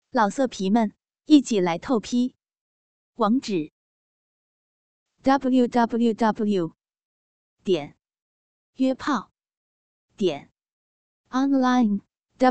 老色皮们，一起来透批！网址 www.约炮online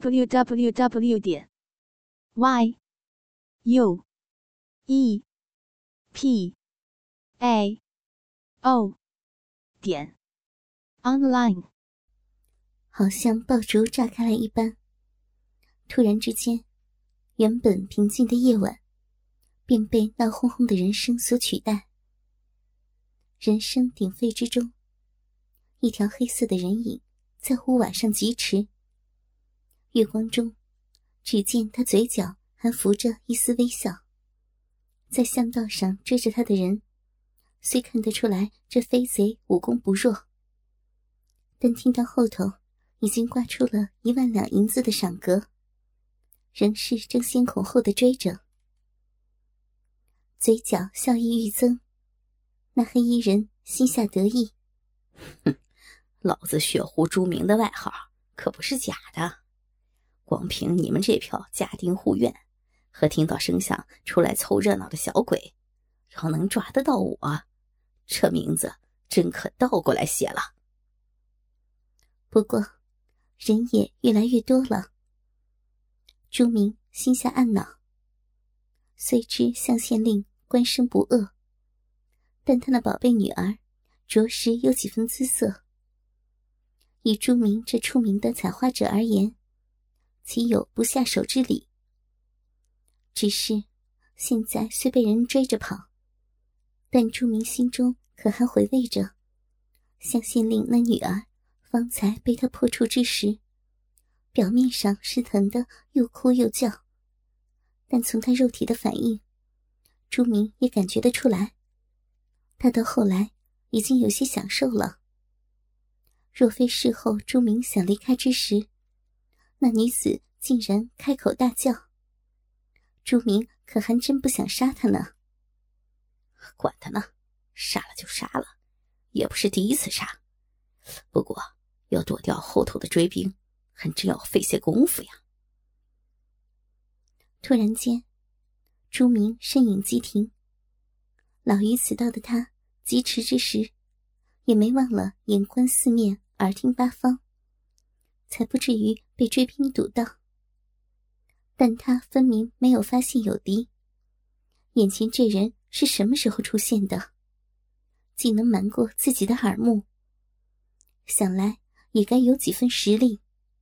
www.yuepao.online。 好像爆竹炸开了一般，突然之间，原本平静的夜晚便被闹哄哄的人声所取代。人声鼎沸之中，一条黑色的人影在屋瓦上疾驰。月光中，只见他嘴角还浮着一丝微笑。在巷道上追着他的人，虽看得出来这飞贼武功不弱，但听到后头已经挂出了1万两银子的赏格，仍是争先恐后的追着，嘴角笑意愈增。那黑衣人心下得意， 哼，老子血狐朱明的外号可不是假的，光凭你们这票家丁护院和听到声响出来凑热闹的小鬼，要能抓得到我，这名字真可倒过来写了。 不过人也越来越多了。朱明心下暗恼，虽知向县令官声不恶，但他那宝贝女儿着实有几分姿色。以朱明这出名的采花者而言，岂有不下手之理？只是现在虽被人追着跑，但朱明心中可还回味着向县令那女儿方才被他破处之时，表面上是疼得又哭又叫，但从他肉体的反应，朱明也感觉得出来，他到后来已经有些享受了。若非事后朱明想离开之时，那女子竟然开口大叫，朱明可还真不想杀她呢。 管他呢，杀了就杀了，也不是第一次杀，不过要躲掉后头的追兵，还真要费些功夫呀。 突然间，朱明身影急停，老于此道的他疾驰之时，也没忘了眼观四面，耳听八方，才不至于被追兵堵到。但他分明没有发现有敌，眼前这人是什么时候出现的，竟能瞒过自己的耳目，想来也该有几分实力。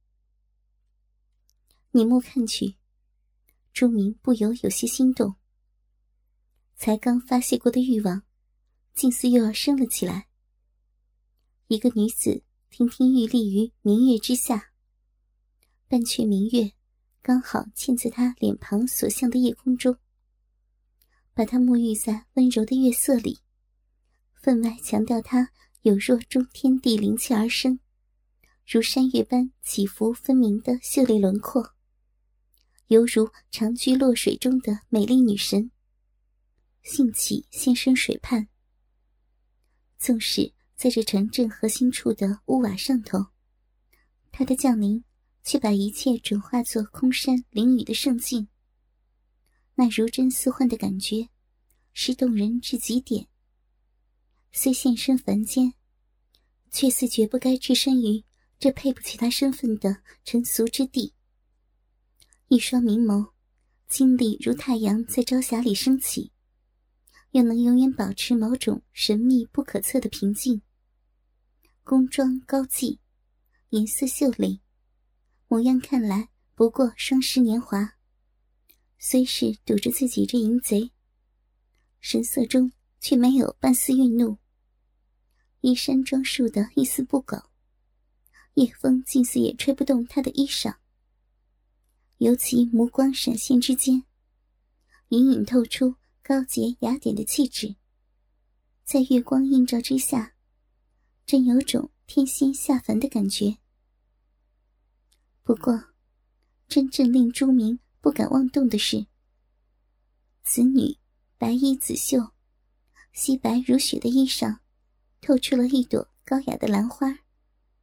凝目看去，朱明不由有些心动，才刚发泄过的欲望竟似又要升了起来。一个女子亭亭玉立于明月之下，半阙明月刚好嵌在她脸庞所向的夜空中，把她沐浴在温柔的月色里，分外强调她有若中天地灵气而生，如山岳般起伏分明的秀丽轮廓，犹如长居落水中的美丽女神，兴起现身水畔。纵使在这城镇核心处的屋瓦上头，他的降临却把一切转化作空山灵雨的圣境。那如真似幻的感觉是动人至极点，虽现身凡间，却似绝不该置身于这配不起他身份的尘俗之地。一双明眸精力如太阳在朝霞里升起，又能永远保持某种神秘不可测的平静。宫装高髻，颜色秀丽，模样看来不过双10年华，虽是堵着自己这淫贼，神色中却没有半丝愠怒，衣衫装束的一丝不苟，夜风竟似也吹不动他的衣裳。尤其目光闪现之间，隐隐透出高洁雅典的气质，在月光映照之下，真有种天仙下凡的感觉。不过真正令朱明不敢妄动的是，此女白衣紫袖，皙白如雪的衣裳透出了一朵高雅的兰花，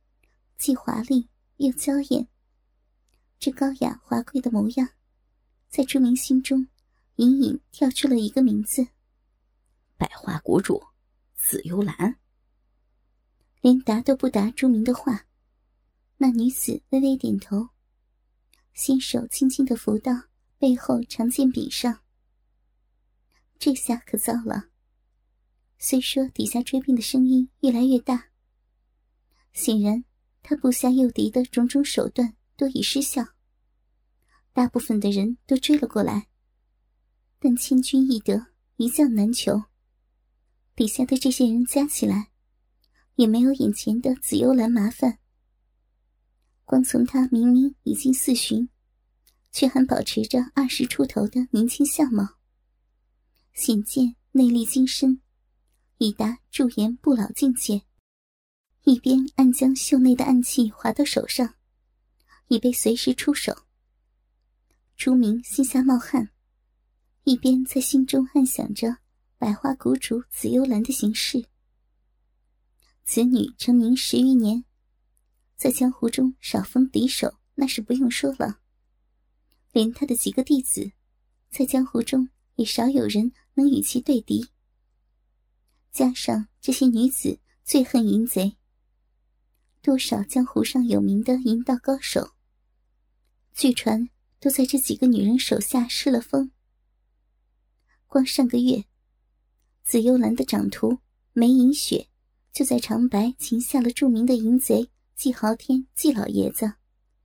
既华丽又娇艳。这高雅华贵的模样在朱明心中隐隐跳出了一个名字： 百花谷主紫幽兰。 连答都不答朱明的话，那女子微微点头，先手轻轻地扶到背后长剑柄上。这下可糟了，虽说底下追兵的声音越来越大，显然他部下诱敌的种种手段都已失效，大部分的人都追了过来，但千军易得，一将难求，底下的这些人加起来也没有眼前的紫幽兰麻烦。光从他明明已经40，却还保持着20出头的年轻相貌，显见内力精深，已达驻颜不老境界。一边暗将袖内的暗器划到手上，以备随时出手。朱明心下冒汗，一边在心中暗想着百花谷主紫幽兰的行事。此女成名10余年，在江湖中少逢敌手那是不用说了，连她的几个弟子在江湖中也少有人能与其对敌。加上这些女子最恨淫贼，多少江湖上有名的淫道高手，据传都在这几个女人手下失了风。光上个月，紫幽兰的长徒梅银雪就在长白擒下了著名的淫贼季豪天季老爷子。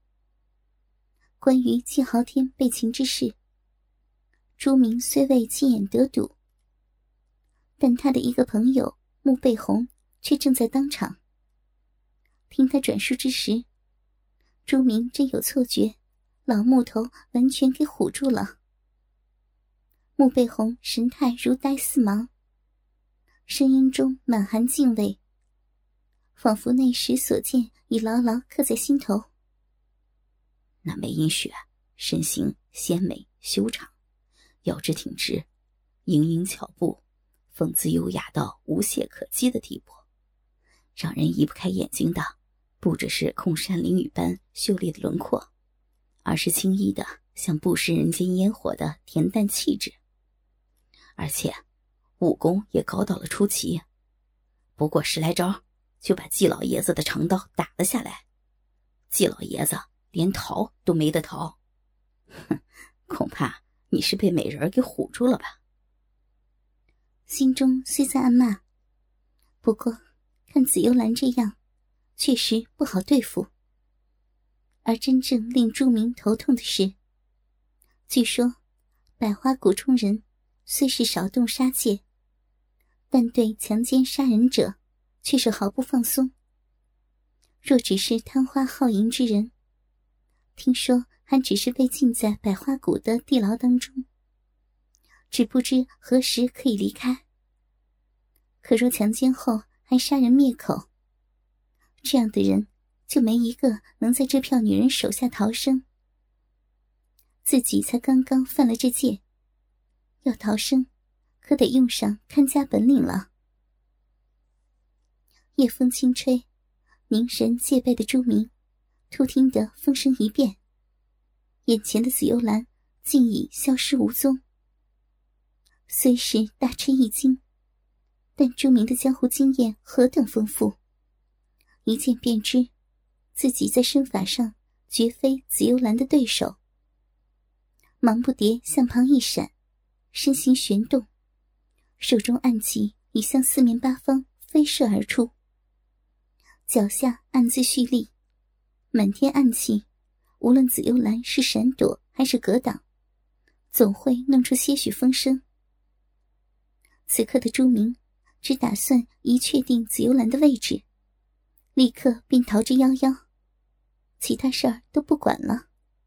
关于季豪天被擒之事，朱明虽未亲眼得睹，但他的一个朋友穆贝红却正在当场。听他转述之时，朱明真有错觉，老木头完全给唬住了。穆贝红神态如呆似盲，声音中满含敬畏，仿佛那时所见已牢牢刻在心头。 那梅银雪身形纤美修长，腰肢挺直，盈盈巧步，风姿优雅到无懈可击的地步，让人移不开眼睛的不只是空山灵雨般秀丽的轮廓，而是轻易的像不食人间烟火的恬淡气质。而且武功也高到了出奇，不过10来招就把季老爷子的长刀打了下来，季老爷子连逃都没得逃。哼，恐怕你是被美人给唬住了吧。 心中虽在暗骂，不过看紫幽兰这样确实不好对付。而真正令朱明头痛的是，据说百花谷中人虽是少动杀戒，但对强奸杀人者却是毫不放松。若只是贪花好淫之人，听说还只是被禁在百花谷的地牢当中，只不知何时可以离开。可若强奸后还杀人灭口，这样的人就没一个能在这票女人手下逃生。自己才刚刚犯了这戒，要逃生可得用上看家本领了。夜风轻吹，凝神戒备的朱明突听得风声一变，眼前的紫幽兰竟已消失无踪。虽是大吃一惊，但朱明的江湖经验何等丰富，一见便知自己在身法上绝非紫幽兰的对手。忙不迭向旁一闪，身形旋动，手中暗器已向四面八方飞射而出。脚下暗自蓄力，满天暗器，无论紫幽兰是闪躲还是格挡，总会弄出些许风声。此刻的朱明只打算一确定紫幽兰的位置，立刻便逃之夭夭，其他事儿都不管了。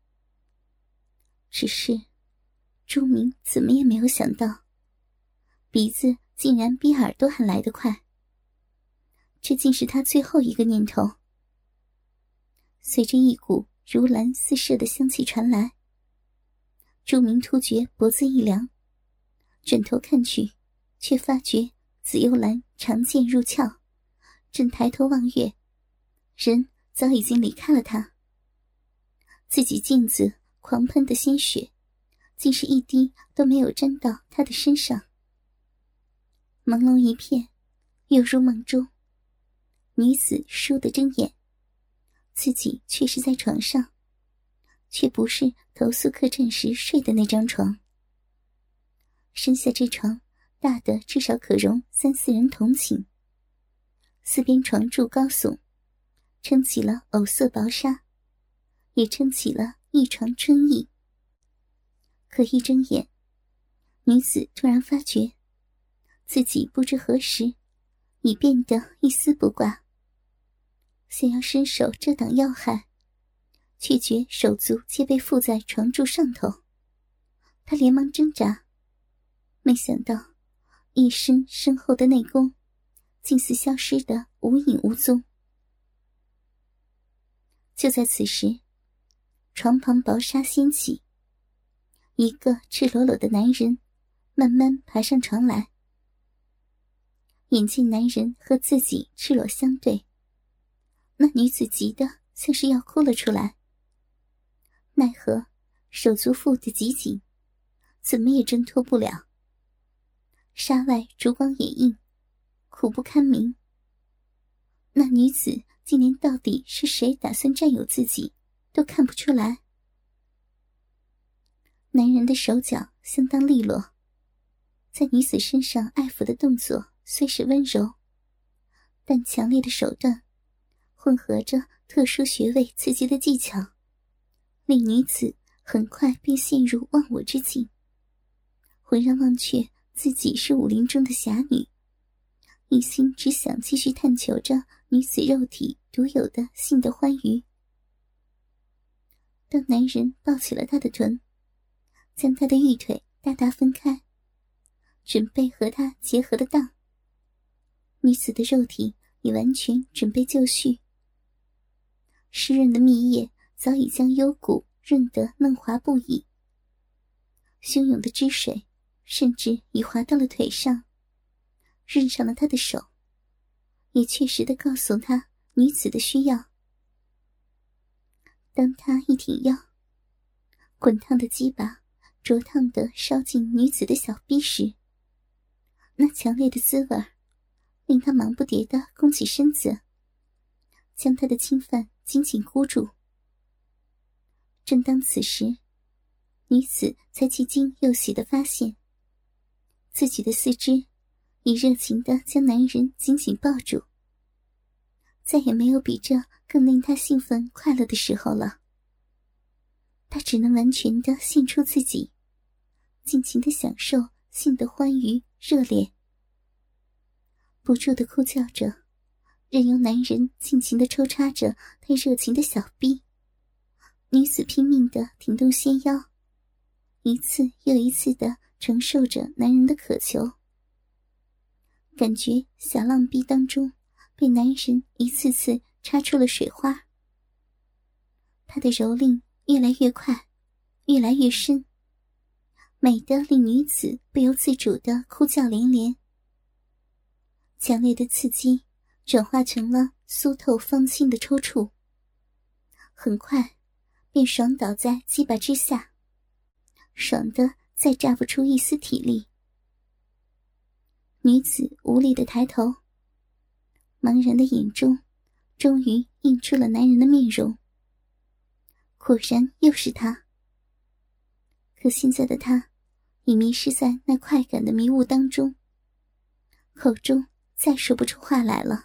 只是朱明怎么也没有想到，鼻子竟然比耳朵还来得快，这竟是他最后一个念头。随着一股如兰四射的香气传来，朱明突觉脖子一凉，转头看去，却发觉紫幽兰长剑入鞘，正抬头望月，人早已经离开了他。自己镜子狂喷的鲜血竟是一滴都没有沾到他的身上。朦胧一片，又如梦中，女子倏地睁眼，自己却是在床上，却不是投宿客栈时睡的那张床。身下这床大的至少可容3、4人同寝，四边床柱高耸，撑起了藕色薄纱，也撑起了一床春意。可一睁眼，女子突然发觉自己不知何时已变得一丝不挂，想要伸手遮挡要害，却觉手足皆被缚在床柱上头。她连忙挣扎，没想到一身深厚的内功竟似消失得无影无踪。就在此时，床旁薄纱掀起，一个赤裸裸的男人慢慢爬上床来。眼见男人和自己赤裸相对，那女子急得像是要哭了出来，奈何手足缚得极紧，怎么也挣脱不了。纱外烛光掩映，苦不堪名。那女子竟连到底是谁打算占有自己都看不出来。男人的手脚相当利落，在女子身上爱抚的动作虽是温柔，但强烈的手段混合着特殊穴位刺激的技巧，令女子很快便陷入忘我之境，浑然忘却自己是武林中的侠女，一心只想继续探求着女子肉体独有的性的欢愉。当男人抱起了她的臀，将她的玉腿大大分开，准备和她结合的当，女子的肉体已完全准备就绪，湿润的蜜液早已将幽谷润得嫩滑不已，汹涌的汁水甚至已滑到了腿上，润上了她的手，也确实地告诉她女子的需要。当她一挺腰，滚烫的鸡巴灼烫地烧进女子的小臂时，那强烈的滋味令她忙不迭地弓起身子，将她的侵犯紧紧箍住。正当此时，女子才既惊又喜地发现，自己的四肢已热情地将男人紧紧抱住，再也没有比这更令她兴奋快乐的时候了。她只能完全地献出自己，尽情地享受性的欢愉热烈，不住地哭叫着，任由男人尽情地抽插着她热情的小臂。女子拼命地挺动纤腰，一次又一次地承受着男人的渴求，感觉小浪逼当中被男人一次次插出了水花。他的蹂躏越来越快，越来越深，美得令女子不由自主地哭叫连连。强烈的刺激转化成了酥透芳心的抽搐，很快便爽倒在鸡巴之下，爽得再榨不出一丝体力。女子无力地抬头，茫然的眼中终于映出了男人的面容，果然又是他。可现在的他已迷失在那快感的迷雾当中，口中再说不出话来了。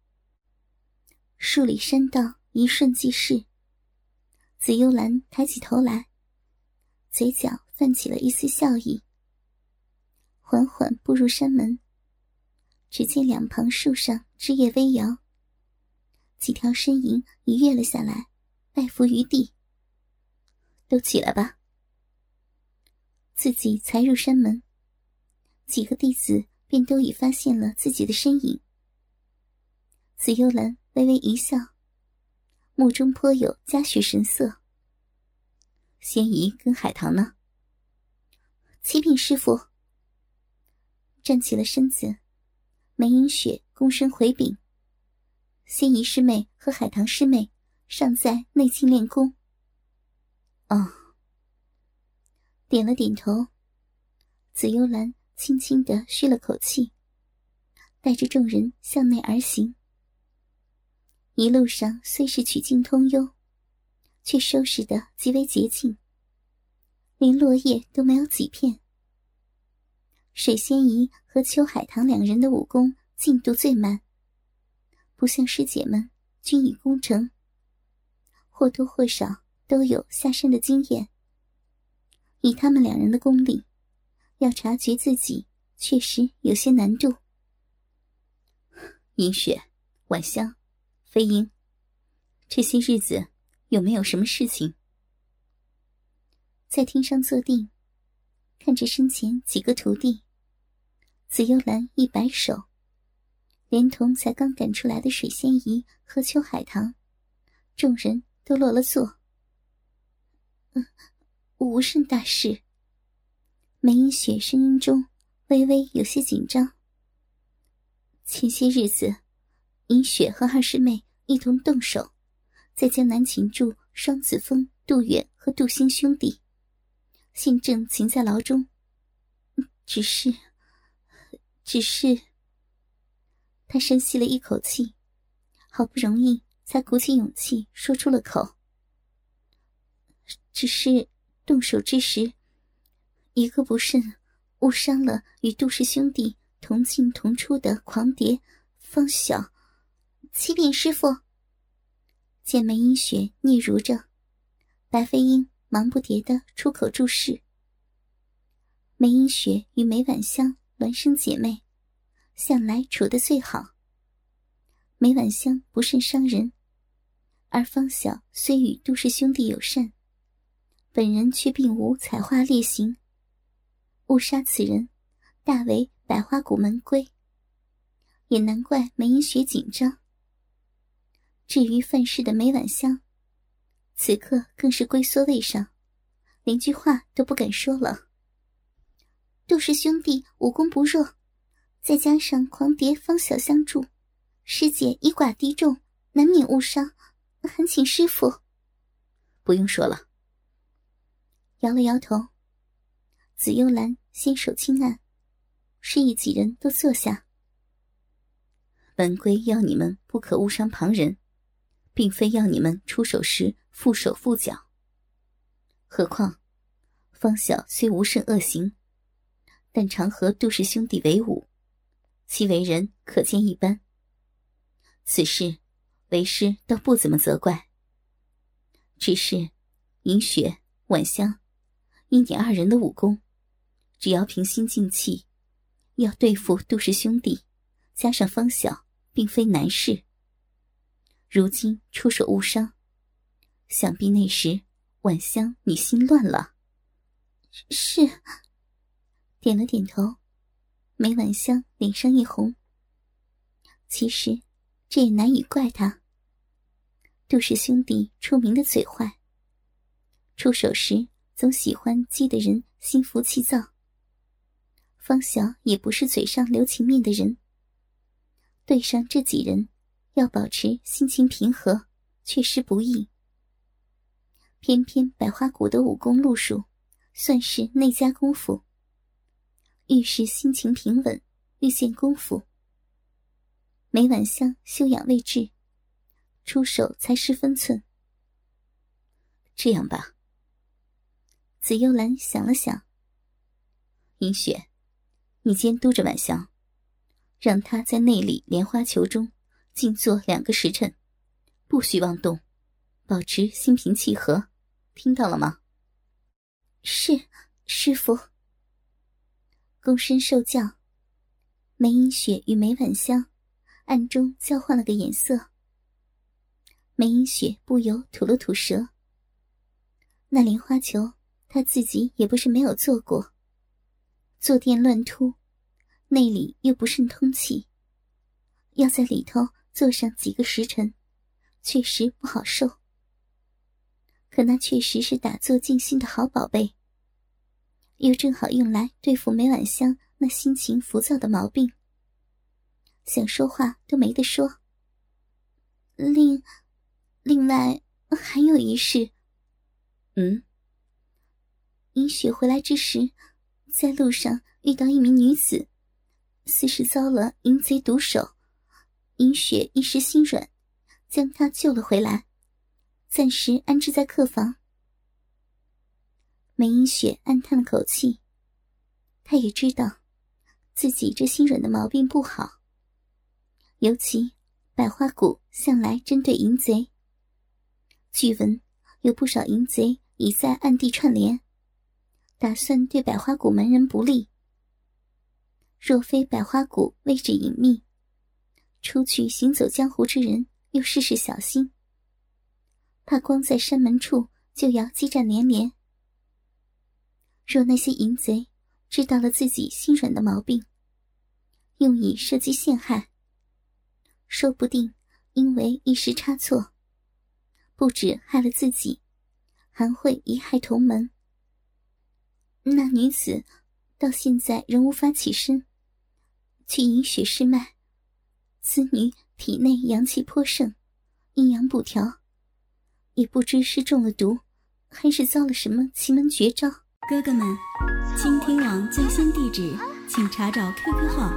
数里山道一瞬即逝，紫幽兰抬起头来，嘴角泛起了一丝笑意，缓缓步入山门。只见两旁树上枝叶微摇，几条身影已跃了下来，拜伏于地。都起来吧。自己才入山门，几个弟子便都已发现了自己的身影。紫幽兰微微一笑，目中颇有嘉许神色。 仙姨跟海棠呢？ 启禀师父。站起了身子，梅影雪躬身回禀：仙姨师妹和海棠师妹尚在内境练功。 哦。 点了点头，紫幽兰轻轻地吁了口气，带着众人向内而行。一路上虽是曲径通幽，却收拾得极为洁净，连落叶都没有几片。水仙姨和秋海棠两人的武功进度最慢，不像师姐们均已攻城，或多或少都有下山的经验。以他们两人的功力，要察觉自己确实有些难度。 银雪、晚香、飞鹰，这些日子有没有什么事情？ 在厅上坐定，看着身前几个徒弟，紫幽兰一摆手，连同才刚赶出来的水仙姨和秋海棠，众人都落了座。无甚大事。梅英雪声音中微微有些紧张。前些日子，银雪和二师妹一同动手，在江南擒住双子峰、杜远和杜兴兄弟，现正擒在牢中。只是，他深吸了一口气，好不容易才鼓起勇气说出了口。只是动手之时，一个不慎误伤了与杜氏兄弟同进同出的狂蝶方晓。启禀师父。见梅英雪嗫嚅着，白飞鹰忙不迭地出口注释。梅英雪与梅婉香孪生姐妹，向来处得最好。梅婉香不甚伤人，而方晓虽与杜氏兄弟友善，本人却并无采花烈行，误杀此人，大为百花谷门规，也难怪梅英雪紧张。至于犯事的梅婉香，此刻更是龟缩位上，连句话都不敢说了。杜氏兄弟武功不弱，再加上狂蝶方晓相助，师姐以寡敌众，难免误伤，还请师父。 不用说了。 摇了摇头，紫幽兰先手轻按，示意几人都坐下。 本规要你们不可误伤旁人，并非要你们出手时缚手缚脚。何况方晓虽无甚恶行，但常和杜氏兄弟为伍，其为人可见一斑。此事为师倒不怎么责怪，只是银雪、晚香，依你二人的武功，只要平心静气，要对付杜氏兄弟加上方晓，并非难事。如今出手误伤，想必那时晚香你心乱了。 是。点了点头，梅婉香脸上一红。其实这也难以怪他。杜氏兄弟出名的嘴坏，出手时总喜欢激得人心浮气躁。方晓也不是嘴上留情面的人，对上这几人，要保持心情平和，确实不易。偏偏百花谷的武功路数，算是内家功夫。遇事心情平稳，遇见功夫。梅婉香修养未至，出手才失分寸。 这样吧。 紫幽兰想了想， 银雪，你监督着晚香，让她在内里莲花球中静坐2个时辰，不许妄动，保持心平气和，听到了吗？ 是，师父。躬身受教，梅英雪与梅婉香暗中交换了个眼色。梅英雪不由吐了吐舌。那莲花球她自己也不是没有做过，坐垫乱凸，内里又不甚通气，要在里头坐上几个时辰，确实不好受。可那确实是打坐静心的好宝贝，又正好用来对付梅婉香那心情浮躁的毛病。想说话都没得说。另外还有一事。 尹雪回来之时，在路上遇到一名女子，似是遭了淫贼毒手。尹雪一时心软，将她救了回来，暂时安置在客房。梅尹雪暗叹了口气，她也知道自己这心软的毛病不好，尤其百花谷向来针对淫贼，据闻有不少淫贼已在暗地串联，打算对百花谷门人不利。若非百花谷位置隐秘，出去行走江湖之人又事事小心，怕光在山门处就要激战连连。若那些淫贼知道了自己心软的毛病，用以设计陷害，说不定因为一时差错，不止害了自己，还会贻害同门。那女子到现在仍无法起身，去尹雪试脉，此女体内阳气颇盛，阴阳不调，也不知是中了毒，还是遭了什么奇门绝招。 哥哥们，倾听网最新地址请查找 QQ 号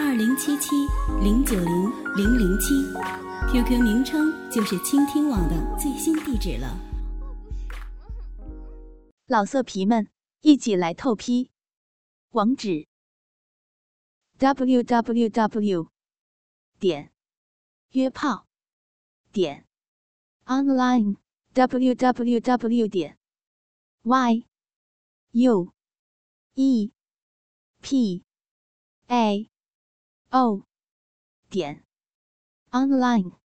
2077090007， QQ 名称就是倾听网的最新地址了。 老色皮们，一起来透批！网址 www.约炮.online www.yuepao.online